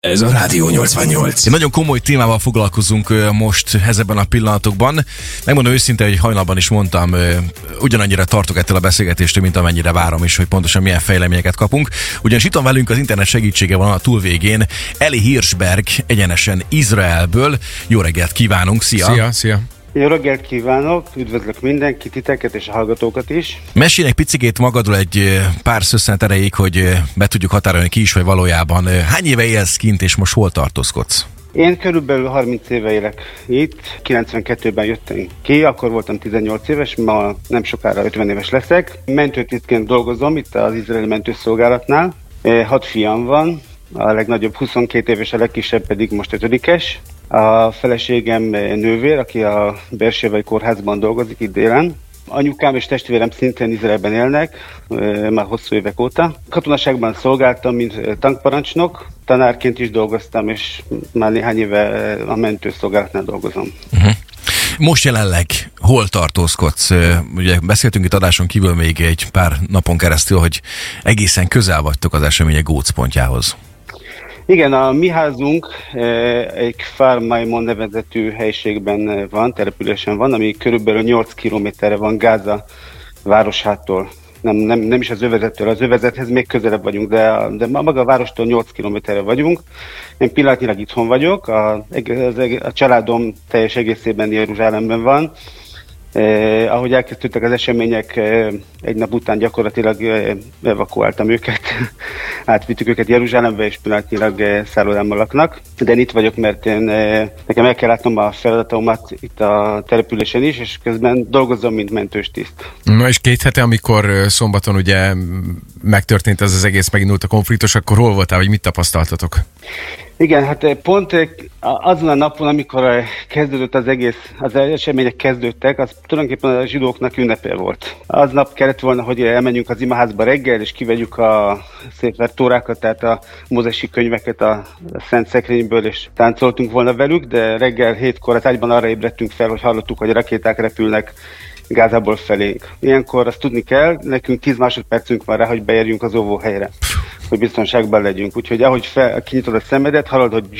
Ez a Rádió 88. Egy nagyon komoly témával foglalkozunk most ezekben a pillanatokban. Megmondom őszintén, hogy hajnalban is mondtam, ugyanannyira tartok ettől a beszélgetéstől, mint amennyire várom is, hogy pontosan milyen fejleményeket kapunk. Ugyanis itt van velünk az internet segítségevel a túlvégén Eli Hirschberg, egyenesen Izraelből. Jó reggelt kívánunk, szia! Szia! Jó reggelt kívánok, üdvözlök mindenkit, titeket és a hallgatókat is. Mesélj egy picikét magadról egy pár szösszent erejéig, hogy be tudjuk határolni, ki is vagy valójában. Hány éve élsz kint, és most hol tartózkodsz? Én körülbelül 30 éve élek itt, 92-ben jöttem ki, akkor voltam 18 éves, ma nem sokára 50 éves leszek. Mentőtisztként dolgozom itt az izraeli mentőszolgálatnál, 6 fiam van, a legnagyobb 22 éves, a legkisebb pedig most 5-es. A feleségem nővér, aki a Beersevai kórházban dolgozik itt délen. Anyukám és testvérem szintén Izraelben élnek, már hosszú évek óta. Katonaságban szolgáltam, mint tankparancsnok, tanárként is dolgoztam, és már néhány éve a mentőszolgálatnál dolgozom. Uh-huh. Most jelenleg hol tartózkodsz? Ugye beszéltünk itt adáson kívül még egy pár napon keresztül, hogy egészen közel vagytok az események gócpontjához. Igen, a mi házunk egy Kfar Maimon nevezetű helyiségben van, településen van, ami körülbelül 8 kilométerre van Gáza városától. Nem is az övezettől, az övezethez még közelebb vagyunk, de maga a várostól 8 kilométerre vagyunk. Én pillanatnyilag itthon vagyok, a családom teljes egészében Jeruzsálemben van. Ahogy elkezdődtek az események, egy nap után gyakorlatilag evakuáltam őket, átvittük őket Jeruzsálembe, és pillanatnyilag szállodában laknak. De én itt vagyok, mert nekem el kell látnom a feladatomat itt a településen is, és közben dolgozom, mint mentős tiszt. Na és 2 hete, amikor szombaton ugye megtörtént ez az egész, megindult a konfliktus, akkor hol voltál, vagy mit tapasztaltatok? Igen, hát pont azon a napon, amikor kezdődött az egész, az események kezdődtek, az tulajdonképpen a zsidóknak ünnepe volt. Aznap kellett volna, hogy elmenjünk az imaházba reggel, és kivegyük a Széfer Tórákat, tehát a mózesi könyveket a Szent Szekrényből, és táncoltunk volna velük, de reggel 7-kor az ágyban arra ébredtünk fel, hogy hallottuk, hogy a rakéták repülnek Gázából felénk. Ilyenkor azt tudni kell, nekünk 10 másodpercünk van rá, hogy beérjünk az óvóhelyre, hogy biztonságban legyünk. Úgyhogy ahogy kinyitod a szemedet, hallod, hogy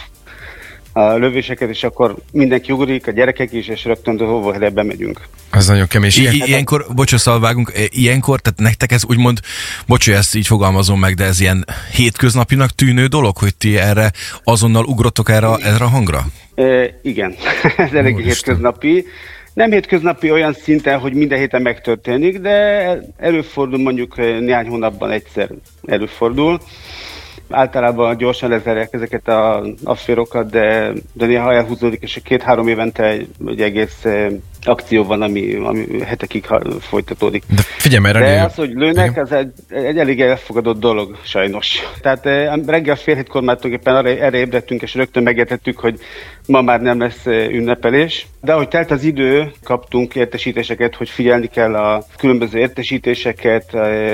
a lövéseket, és akkor mindenki ugrik, a gyerekek is, és rögtön az óvóhelyre bemegyünk. Ez nagyon kemény. Ilyenkor, vágunk, ilyenkor, tehát nektek ez úgymond, ezt így fogalmazom meg, de ez ilyen hétköznapinak tűnő dolog, hogy ti erre azonnal ugrottok erre a hangra? Igen, ez elég hétköznapi. Nem hétköznapi olyan szinten, hogy minden héten megtörténik, de előfordul, mondjuk néhány hónapban egyszer előfordul. Általában gyorsan lezárják ezeket az afférokat, de néha elhúzódik, és 2-3 évente egy egész akció van, ami hetekig folytatódik. De figyelj, de az, hogy lőnek, ez egy elég elfogadott dolog, sajnos. Tehát reggel 6:30 már tulajdonképpen erre ébredtünk, és rögtön megértettük, hogy ma már nem lesz ünnepelés. De ahogy telt az idő, kaptunk értesítéseket, hogy figyelni kell a különböző értesítéseket,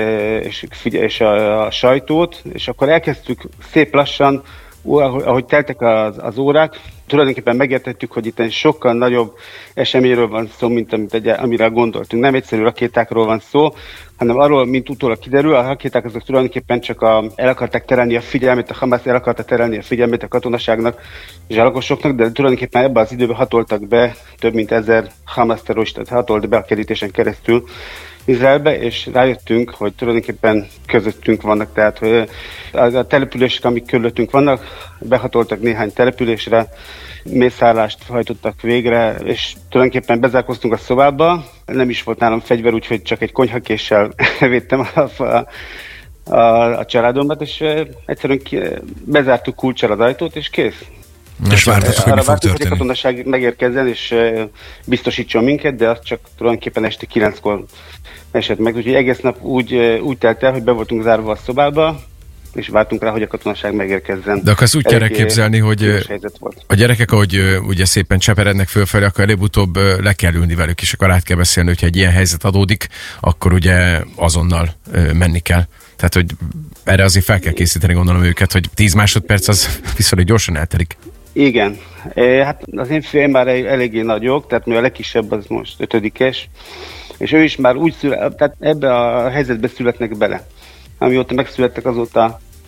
és a sajtót, és akkor elkezdtük szép lassan, ahogy teltek az órák, tulajdonképpen megértettük, hogy itt egy sokkal nagyobb eseményről van szó, mint amire gondoltunk. Nem egyszerű rakétákról van szó, hanem arról, mint utólag kiderül, a rakéták azok tulajdonképpen csak el akarták terelni a figyelmet, a Hamász el akarta terelni a figyelmet a katonaságnak és a lakosoknak, de tulajdonképpen ebben az időben hatoltak be, több mint 1000 Hamász terroristát hatolt be a kerítésen keresztül Izraelbe, és rájöttünk, hogy tulajdonképpen közöttünk vannak, tehát hogy a települések, amik körülöttünk vannak, behatoltak néhány településre, mészárlást hajtottak végre, és tulajdonképpen bezárkoztunk a szobába, nem is volt nálam fegyver, úgyhogy csak egy konyhakéssel védtem a családomat, és egyszerűen bezártuk kulccsal az ajtót, és kész. És vártatok, hogy mi fog történni? Hogy a katonaság megérkezzen, és biztosítson minket, de az csak tulajdonképpen este 9-kor esett meg. Úgyhogy egész nap úgy telt el, hogy be voltunk zárva a szobába, és vártunk rá, hogy a katonaság megérkezzen. De akkor azt úgy kell képzelni, hogy a gyerekek, ahogy ugye szépen cseperednek fölfelé, akkor előbb-utóbb le kell ülni velük, és akkor át kell beszélni, hogyha egy ilyen helyzet adódik, akkor ugye azonnal menni kell. Tehát, hogy erre azért fel kell készíteni, gondolom őket, hogy 10 másodperc az viszonylag gyorsan eltelik. Igen. Hát az én fiaim már eléggé nagyok, tehát a legkisebb az most 5-es, és ő is már úgy tehát ebbe a helyzetbe születnek bele. Amióta megszülettek, azóta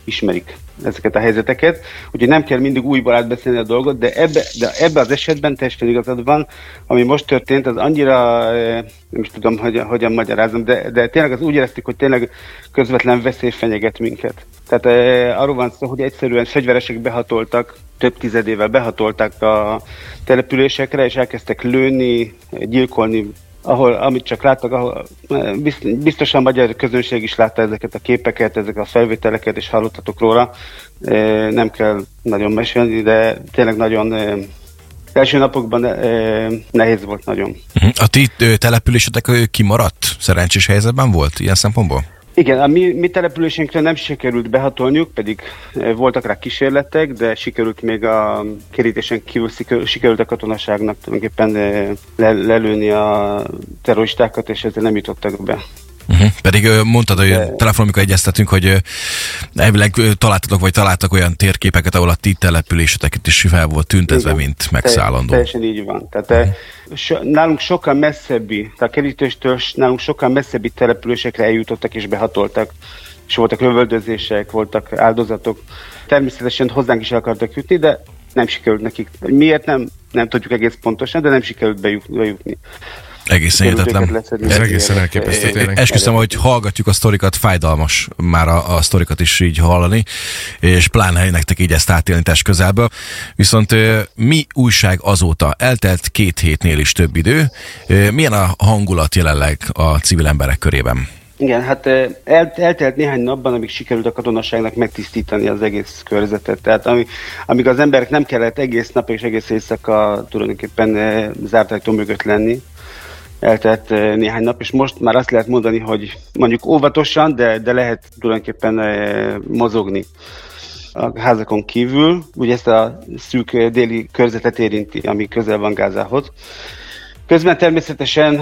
ismerik ezeket a helyzeteket, úgyhogy nem kell mindig újból átbeszélni a dolgot, de ebbe az esetben teljesen igazad van, ami most történt, az annyira, nem is tudom, hogyan magyarázom, de tényleg az úgy éreztük, hogy tényleg közvetlen veszély fenyeget minket. Tehát arról van szó, hogy egyszerűen fegyveresek behatoltak, több tizedével behatoltak a településekre, és elkezdtek lőni, gyilkolni, amit csak láttak, ahol biztosan a magyar közönség is látta ezeket a képeket, ezeket a felvételeket, és hallottatok róla. Nem kell nagyon mesélni, de tényleg nagyon első napokban nehéz volt nagyon. A ti településetek kimaradt? Szerencsés helyzetben volt ilyen szempontból? Igen, a mi településünkre nem sikerült behatolniuk, pedig voltak rá kísérletek, de sikerült még a kerítésen kívül sikerült a katonaságnak tulajdonképpen lelőni a terroristákat, és ezzel nem jutottak be. Pedig mondtad, hogy telefonon, amikor egyeztetünk, hogy elvileg találtak olyan térképeket, ahol a ti településeteket is fel volt tüntetve, mint megszállandó. Teljesen így van. Tehát nálunk sokkal messzebbi, a kerítéstől nálunk sokkal messzebbi településekre eljutottak és behatoltak, és voltak lövöldözések, voltak áldozatok. Természetesen hozzánk is akartak jutni, de nem sikerült nekik. Miért nem tudjuk egész pontosan, de nem sikerült bejutni. Egészen hihetetlen. Ez egészen elképesztő tényleg. Esküszöm, hogy hallgatjuk a sztorikat, fájdalmas már a sztorikat is így hallani, és pláne nektek így ezt átélni test közelből. Viszont mi újság azóta? Eltelt 2 hétnél is több idő. Milyen a hangulat jelenleg a civil emberek körében? Igen, hát eltelt néhány napban, amíg sikerült a katonaságnak megtisztítani az egész körzetet. Tehát amíg az emberek nem kellett egész nap és egész éjszaka tulajdonképpen zárt ajtó mögött lenni, eltelt néhány nap, és most már azt lehet mondani, hogy mondjuk óvatosan, de lehet tulajdonképpen mozogni a házakon kívül. Ugye ezt a szűk déli körzetet érinti, ami közel van Gázához. Közben természetesen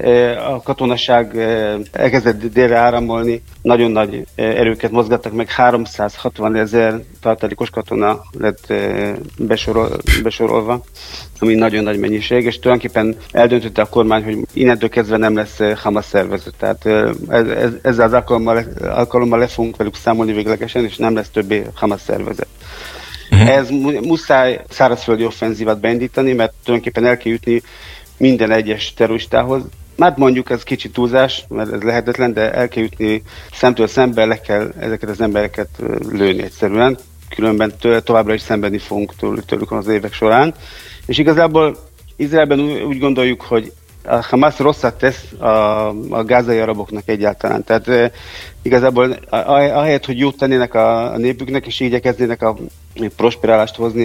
a katonaság elkezdett délre áramolni, nagyon nagy erőket mozgattak meg, 360 000 tartalékos katona lett besorolva, ami nagyon nagy mennyiség, és tulajdonképpen eldöntötte a kormány, hogy innentől kezdve nem lesz Hamas szervezet. Tehát ezzel az alkalommal le fogunk velük számolni véglegesen, és nem lesz többé Hamas szervezet. Ez muszáj szárazföldi offenzívát beindítani, mert tulajdonképpen el kell jutni minden egyes terroristához. Hát mondjuk ez kicsit túlzás, mert ez lehetetlen, de el kell jutni szemtől szembe, le kell ezeket az embereket lőni egyszerűen. Különben továbbra is szenvedni fogunk tőlük az évek során. És igazából Izraelben úgy gondoljuk, hogy a Hamas rosszat tesz a gázai araboknak egyáltalán. Tehát igazából ahelyett, hogy jót tennének a népüknek, és igyekeznének a prosperálást hozni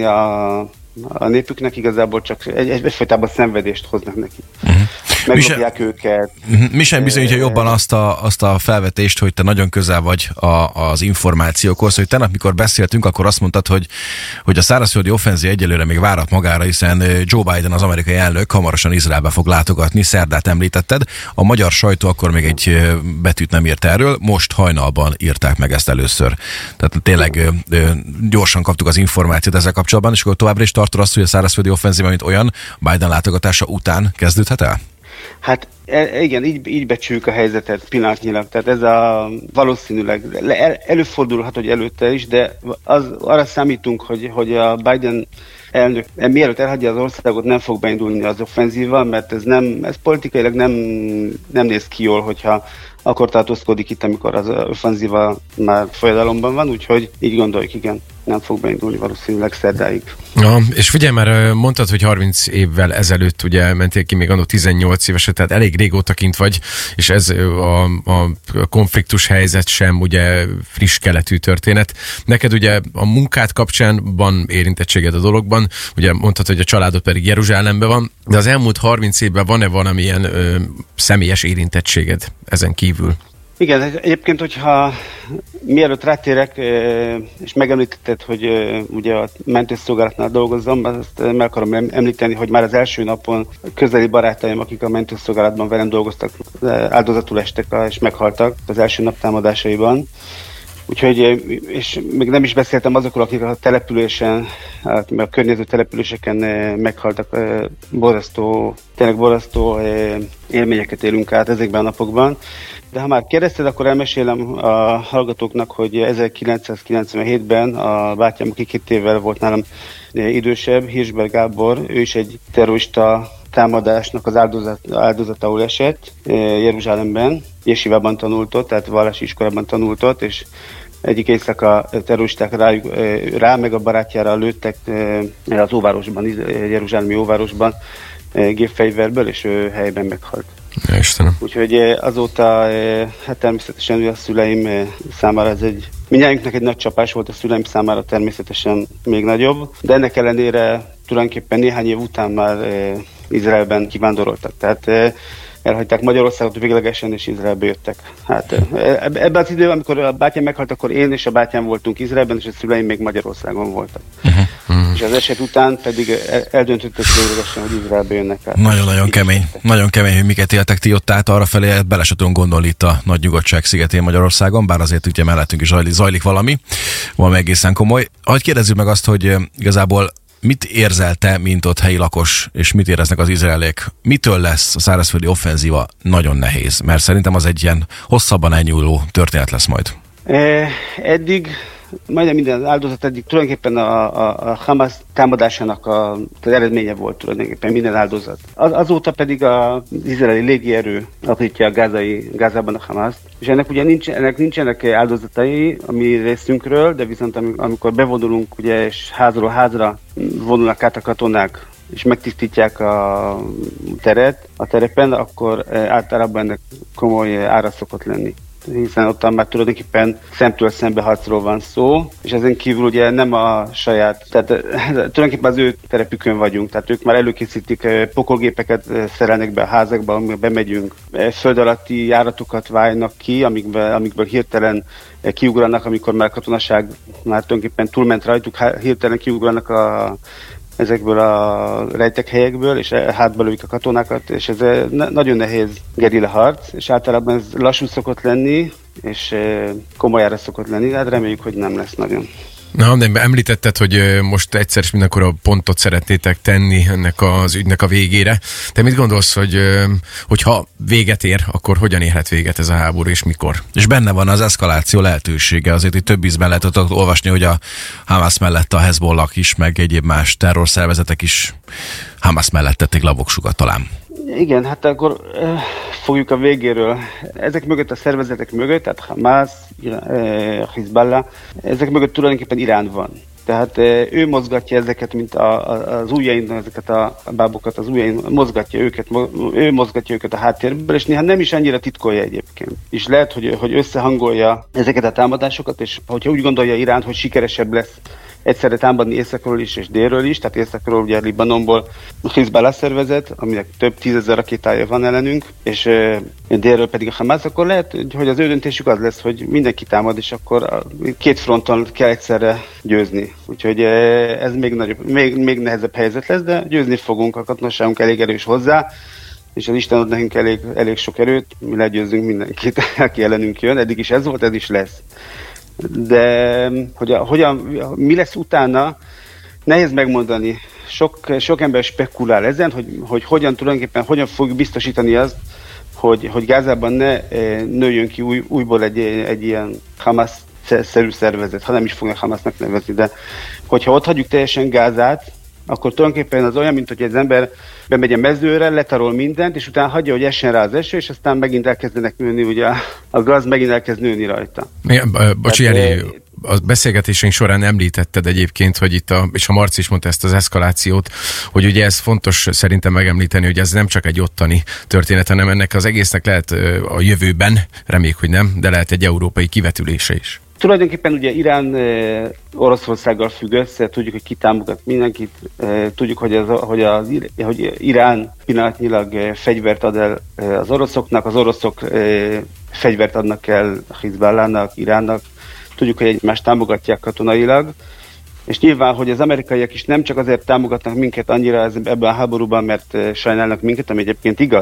a népüknek, igazából csak egyfajtában szenvedést hoznak neki. Megdobják őket. Mi sem bizonyítja jobban azt a felvetést, hogy te nagyon közel vagy az információkhoz, hogy tegnap, mikor beszéltünk, akkor azt mondtad, hogy a szárazföldi offenzív egyelőre még várat magára, hiszen Joe Biden, az amerikai elnök hamarosan Izraelbe fog látogatni, szerdát említetted. A magyar sajtó akkor még egy betűt nem írt erről, most hajnalban írták meg ezt először. Tehát tényleg gyorsan kaptuk az információt ezzel kapcsolatban, és akkor továbbra is tartod azt, hogy a szárazföldi offenzíva, mint olyan, Biden látogatása után kezdődhet el? Hát igen, így becsüljük a helyzetet pillanatnyilag. Tehát ez valószínűleg előfordulhat, hogy előtte is, de arra számítunk, hogy a Biden elnök mielőtt elhagyja az országot, nem fog beindulni az offenzíva, mert ez politikailag nem néz ki jól, hogyha akkor tartózkodik itt, amikor az offenzíva már folyadalomban van, úgyhogy így gondoljuk, igen, nem fog beindulni valószínűleg szerdáig. Ja, és figyelj, már mondtad, hogy 30 évvel ezelőtt ugye mentél ki még annó 18 éveset, tehát elég régóta kint vagy, és ez a konfliktus helyzet sem ugye friss keletű történet. Neked ugye a munkád kapcsán van érintettséged a dologban, ugye mondtad, hogy a családod pedig Jeruzsálemben van, de az elmúlt 30 évben van-e valamilyen személyes érintettséged ezen kívül? Igen, egyébként, hogyha mielőtt rátérek, és megemlítetted, hogy ugye a mentőszolgálatnál dolgozom, azt meg akarom említeni, hogy már az első napon közeli barátaim, akik a mentőszolgálatban velem dolgoztak, áldozatul estek és meghaltak az első nap támadásaiban. Úgyhogy, és még nem is beszéltem azokról, akik a településen, a környező településeken meghaltak, tényleg borzasztó élményeket élünk át ezekben a napokban. De ha már kérdezted, akkor elmesélem a hallgatóknak, hogy 1997-ben a bátyám, aki 2 évvel volt nálam idősebb, Hirschberg Gábor, ő is egy terrorista támadásnak az áldozatául esett Jeruzsálemben, Jesivában tanultott, tehát vallási iskolában tanultott, és egyik éjszaka terroristák rá meg a barátjára lőttek az óvárosban, jeruzsálemi óvárosban gépfegyverből, és ő helyben meghalt. Ja, Istenem. Úgyhogy azóta hát természetesen a szüleim számára ez mindjárt egy nagy csapás volt, a szüleim számára természetesen még nagyobb, de ennek ellenére tulajdonképpen néhány év után már Izraelben kivándoroltak. Tehát elhagyták Magyarországot véglegesen, és Izraelbe jöttek. Hát ebben az időben, amikor a bátyám meghalt, akkor én és a bátyám voltunk Izraelben, és a szüleim még Magyarországon voltak. És az eset után pedig eldöntöttek véglegesen, hogy Izraelbe jönnek át. Nagyon-nagyon kemény. Nagyon kemény, hogy miket éltek ti ott át arrafelé, bele se tudunk gondolni itt a Nagy Nyugodtság szigetén Magyarországon, bár azért ugye mellettünk is zajlik valami egészen komoly. Ahogy kérdezzük meg azt, hogy igazából mit érzel te, mint ott helyi lakos, és mit éreznek az izraeliek? Mitől lesz a szárazföldi offenzíva nagyon nehéz? Mert szerintem az egy ilyen hosszabban elnyúló történet lesz majd. Eddig majdnem minden áldozat eddig tulajdonképpen a Hamas támadásának az eredménye volt tulajdonképpen minden áldozat. Azóta pedig az izraeli légierő aprítja Gázában a Hamaszt, és ennek ugye nincsenek áldozatai a mi részünkről, de viszont amikor bevonulunk, ugye, és házról házra vonulnak át a katonák, és megtisztítják a terepen, akkor általában ennek komoly ára szokott lenni. Hiszen ott már tulajdonképpen szemtől szembe harcról van szó, és ezen kívül ugye nem a saját, tehát tulajdonképpen az ő terepükön vagyunk, tehát ők már előkészítik, pokolgépeket szerelnek be a házakba, amikor bemegyünk, föld alatti járatokat válnak ki, amikből hirtelen kiugranak, amikor már a katonaság már tulajdonképpen túlment rajtuk, hirtelen kiugranak ezekből a rejtek helyekből, és hátba lövik a katonákat, és ez nagyon nehéz gerilla harc, és általában ez lassú szokott lenni, és komolyára szokott lenni, hát reméljük, hogy nem lesz nagyon. Na, de említetted, hogy most egyszer is mindenkor a pontot szeretnétek tenni ennek az ügynek a végére. Te mit gondolsz, hogyha véget ér, akkor hogyan érhet véget ez a háború, és mikor? És benne van az eszkaláció lehetősége. Azért itt több ízben lehetett olvasni, hogy a Hamas mellett a Hezbollah is, meg egyéb más terrorszervezetek is Hamas mellett tették le a voksukat talán. Igen, hát akkor fogjuk a végéről. Ezek mögött a szervezetek mögött, tehát Hamas, Hezbollah, ezek mögött tulajdonképpen Irán van. Tehát ő mozgatja ezeket, mint az ujjain, ezeket a bábokat az ujjain, ő mozgatja őket a háttérből, és néha nem is annyira titkolja egyébként. És lehet, hogy összehangolja ezeket a támadásokat, és hogyha úgy gondolja Irán, hogy sikeresebb lesz egyszerre támadni északról is és délről is, tehát északról ugye Libanonból a Hezbollah szervezet, aminek több 10 000 rakétája van ellenünk, és délről pedig a Hamas, akkor lehet, hogy az ő döntésük az lesz, hogy mindenki támad, és akkor két fronton kell egyszerre győzni. Úgyhogy ez még nehezebb helyzet lesz, de győzni fogunk, a katonaságunk elég erős hozzá, és az Isten ad nekünk elég sok erőt, mi legyőzzünk mindenkit, aki ellenünk jön, eddig is ez volt, ez is lesz. De mi lesz utána, nehéz megmondani. Sok ember spekulál ezen, hogy hogyan fogjuk biztosítani azt, hogy Gázában ne nőjön ki újból egy ilyen Hamas-szerű szervezet, ha nem is fognak Hamasnak nevezni, de hogyha ott hagyjuk teljesen Gázát, akkor tulajdonképpen az olyan, mint hogy az ember bemegy a mezőre, letarol mindent, és utána hagyja, hogy essen rá az eső, és aztán megint elkezdenek nőni, ugye a gáz megint elkezd nőni rajta. Bocsi, a beszélgetésünk során említetted egyébként, hogy itt és a Marci is mondta ezt az eszkalációt, hogy ugye ez fontos szerintem megemlíteni, hogy ez nem csak egy ottani történet, hanem ennek az egésznek lehet a jövőben, reméljük, hogy nem, de lehet egy európai kivetülése is. Tulajdonképpen ugye Irán Oroszországgal függ össze, tudjuk, hogy ki támogat mindenkit, tudjuk, hogy Irán pillanatnyilag fegyvert ad el az oroszoknak, az oroszok fegyvert adnak el Hezbollahnak, Iránnak, tudjuk, hogy egymást támogatják katonailag, és nyilván, hogy az amerikaiak is nem csak azért támogatnak minket annyira ebben a háborúban, mert sajnálnak minket, ami egyébként igaz,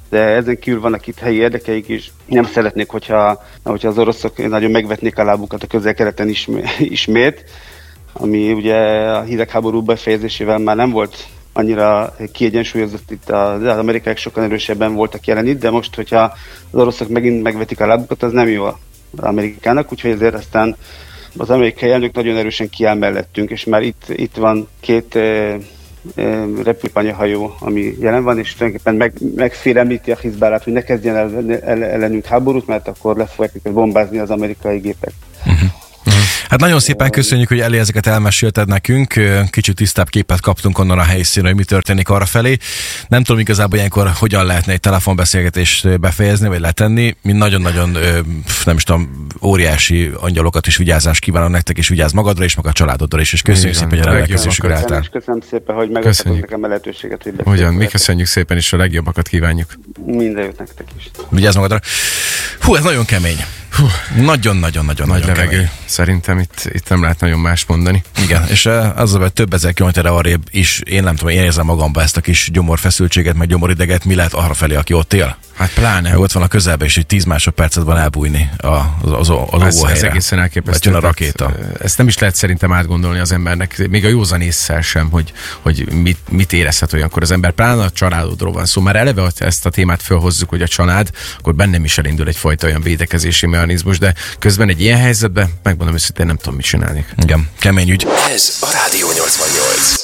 de ezen kívül vannak itt helyi érdekeik is. Nem szeretnék, hogyha az oroszok nagyon megvetnék a lábukat a Közel-Keleten ismét, ami ugye a hidegháború befejezésével már nem volt annyira kiegyensúlyozott, itt az amerikaiak sokkal erősebben voltak jelen itt, de most, hogyha az oroszok megint megvetik a lábukat, az nem jó az Amerikának, úgyhogy ezért aztán az amerikai elnök nagyon erősen kiáll mellettünk, és már itt van 2 repülőanyahajó, ami jelen van, és tulajdonképpen megfélemlíti a Hizballát, hogy ne kezdjen ellenünk háborút, mert akkor le fogják őket bombázni az amerikai gépek. Hát nagyon szépen köszönjük, hogy Eli ezeket elmesélted nekünk. Kicsit tisztább képet kaptunk onnan a helyszínről, hogy mi történik arrafelé. Nem tudom igazából ilyenkor hogyan lehetne egy telefonbeszélgetést befejezni, vagy letenni. Mi nagyon-nagyon, nem is tudom, óriási angyalokat is vigyázást kívánok nektek, és vigyázz magadra és meg a családodra is, és köszönjük szépen, hogy a rendelkezésükre álltál. Köszönöm szépen, hogy megadtatok nekem a lehetőséget, hogy ugyan, mi köszönjük szépen, és a legjobbakat kívánjuk. Minden jót nektek is. Vigyázz magadra. Hú, ez nagyon kemény. Nagyon-nagyon-nagyon nagy levegő. Kemény. Szerintem itt nem lehet nagyon más mondani. Igen, és az, hogy több ezer kilométerre arrébb is, én nem tudom, én érzem magamba ezt a kis gyomorfeszültséget, meg gyomorideget, mi lehet arrafelé, aki ott él? Hát pláne. Ott van a közelben, és 10 másodpercet van elbújni az óvóhelyre. Ez egészen elképesztő. Jön a rakéta. Ezt nem is lehet szerintem átgondolni az embernek, még a józan ésszel sem, hogy mit érezhet olyankor az ember. Pláne a családodról van szó. Már eleve ezt a témát felhozzuk, hogy a család, akkor bennem is elindul egyfajta olyan védekezési mechanizmus, de közben egy ilyen helyzetben, megmondom őszintén, nem tudom, mit csinálnék. Igen, kemény ügy. Ez a Rádió 88.